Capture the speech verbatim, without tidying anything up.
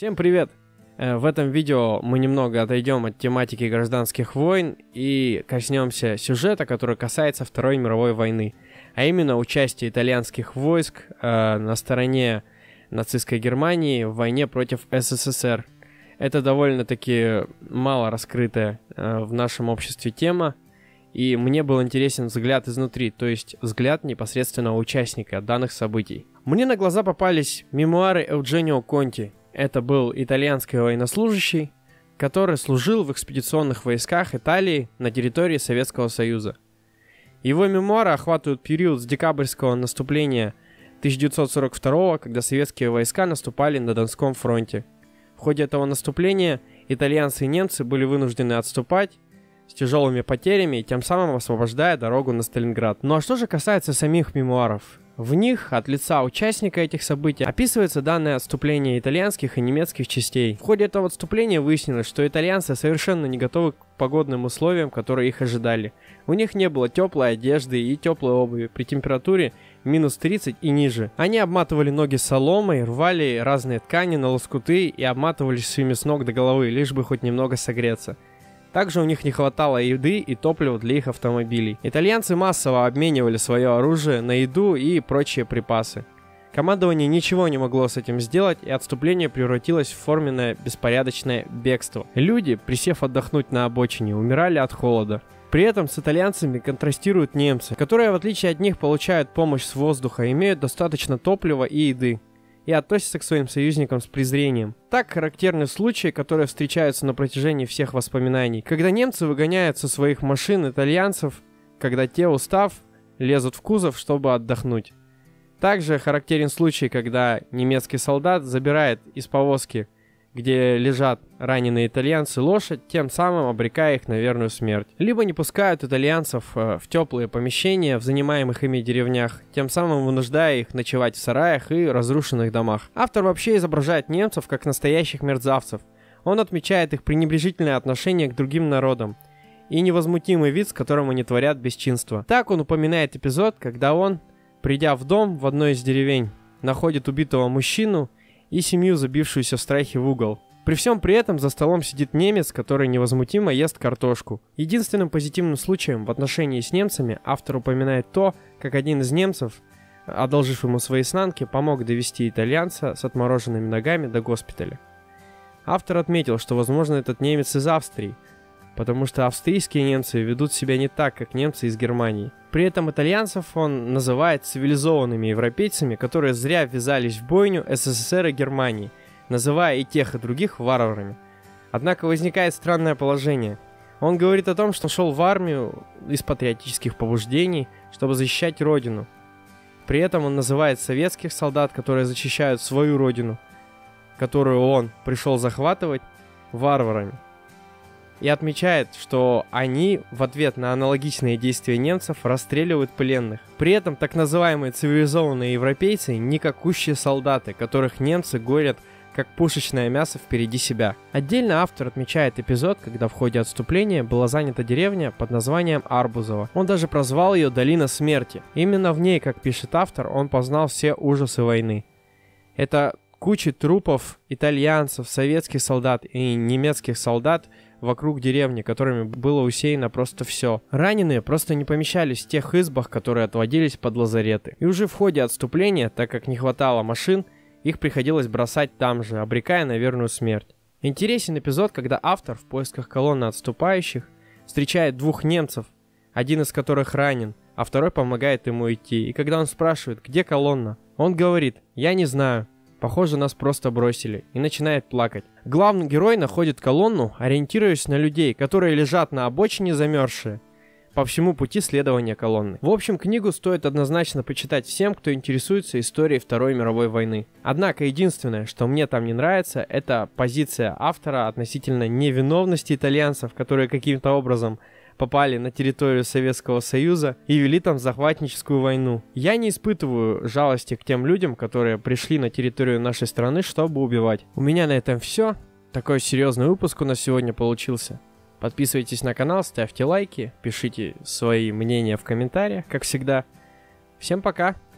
Всем привет! В этом видео мы немного отойдем от тематики гражданских войн и коснемся сюжета, который касается Второй мировой войны, а именно участия итальянских войск э, на стороне нацистской Германии в войне против СССР. Это довольно-таки мало раскрытая э, в нашем обществе тема, и мне был интересен взгляд изнутри, то есть взгляд непосредственного участника данных событий. Мне на глаза попались мемуары Eugenio Conti. Это был итальянский военнослужащий, который служил в экспедиционных войсках Италии на территории Советского Союза. Его мемуары охватывают период с декабрьского наступления тысяча девятьсот сорок второго, когда советские войска наступали на Донском фронте. В ходе этого наступления итальянцы и немцы были вынуждены отступать с тяжелыми потерями и тем самым освобождая дорогу на Сталинград. Ну а что же касается самих мемуаров? В них от лица участника этих событий описывается данное отступление итальянских и немецких частей. В ходе этого отступления выяснилось, что итальянцы совершенно не готовы к погодным условиям, которые их ожидали. У них не было теплой одежды и теплой обуви при температуре минус тридцать и ниже. Они обматывали ноги соломой, рвали разные ткани на лоскуты и обматывались ими с ног до головы, лишь бы хоть немного согреться. Также у них не хватало еды и топлива для их автомобилей. Итальянцы массово обменивали свое оружие на еду и прочие припасы. Командование ничего не могло с этим сделать, и отступление превратилось в форменное беспорядочное бегство. Люди, присев отдохнуть на обочине, умирали от холода. При этом с итальянцами контрастируют немцы, которые в отличие от них получают помощь с воздуха, имеют достаточно топлива и еды и относятся к своим союзникам с презрением. Так характерны случаи, которые встречаются на протяжении всех воспоминаний, когда немцы выгоняют со своих машин итальянцев, когда те, устав, лезут в кузов, чтобы отдохнуть. Также характерен случай, когда немецкий солдат забирает из повозки, где лежат раненые итальянцы, лошадь, тем самым обрекая их на верную смерть. Либо не пускают итальянцев э, в теплые помещения в занимаемых ими деревнях, тем самым вынуждая их ночевать в сараях и разрушенных домах. Автор вообще изображает немцев как настоящих мерзавцев. Он отмечает их пренебрежительное отношение к другим народам и невозмутимый вид, с которым они творят бесчинство. Так он упоминает эпизод, когда он, придя в дом в одной из деревень, находит убитого мужчину и семью, забившуюся в страхе в угол. При всем при этом за столом сидит немец, который невозмутимо ест картошку. Единственным позитивным случаем в отношении с немцами автор упоминает то, как один из немцев, одолжив ему свои снанки, помог довести итальянца с отмороженными ногами до госпиталя. Автор отметил, что, возможно, этот немец из Австрии, потому что австрийские немцы ведут себя не так, как немцы из Германии. При этом итальянцев он называет цивилизованными европейцами, которые зря ввязались в бойню СССР и Германии, называя и тех, и других варварами. Однако возникает странное положение. Он говорит о том, что шел в армию из патриотических побуждений, чтобы защищать родину. При этом он называет советских солдат, которые защищают свою родину, которую он пришел захватывать, варварами. И отмечает, что они в ответ на аналогичные действия немцев расстреливают пленных. При этом так называемые цивилизованные европейцы никакущие солдаты, которых немцы горят как пушечное мясо впереди себя. Отдельно автор отмечает эпизод, когда в ходе отступления была занята деревня под названием Арбузово. Он даже прозвал ее «Долина смерти». Именно в ней, как пишет автор, он познал все ужасы войны. Это куча трупов итальянцев, советских солдат и немецких солдат вокруг деревни, которыми было усеяно просто все. Раненые просто не помещались в тех избах, которые отводились под лазареты. И уже в ходе отступления, так как не хватало машин, их приходилось бросать там же, обрекая на верную смерть. Интересен эпизод, когда автор в поисках колонны отступающих встречает двух немцев, один из которых ранен, а второй помогает ему идти. И когда он спрашивает, где колонна, он говорит: «Я не знаю. Похоже, нас просто бросили», и начинает плакать. Главный герой находит колонну, ориентируясь на людей, которые лежат на обочине замерзшие, по всему пути следования колонны. В общем, книгу стоит однозначно почитать всем, кто интересуется историей Второй мировой войны. Однако единственное, что мне там не нравится, это позиция автора относительно невиновности итальянцев, которые каким-то образом попали на территорию Советского Союза и вели там захватническую войну. Я не испытываю жалости к тем людям, которые пришли на территорию нашей страны, чтобы убивать. У меня на этом все. Такой серьезный выпуск у нас сегодня получился. Подписывайтесь на канал, ставьте лайки, пишите свои мнения в комментариях, как всегда. Всем пока!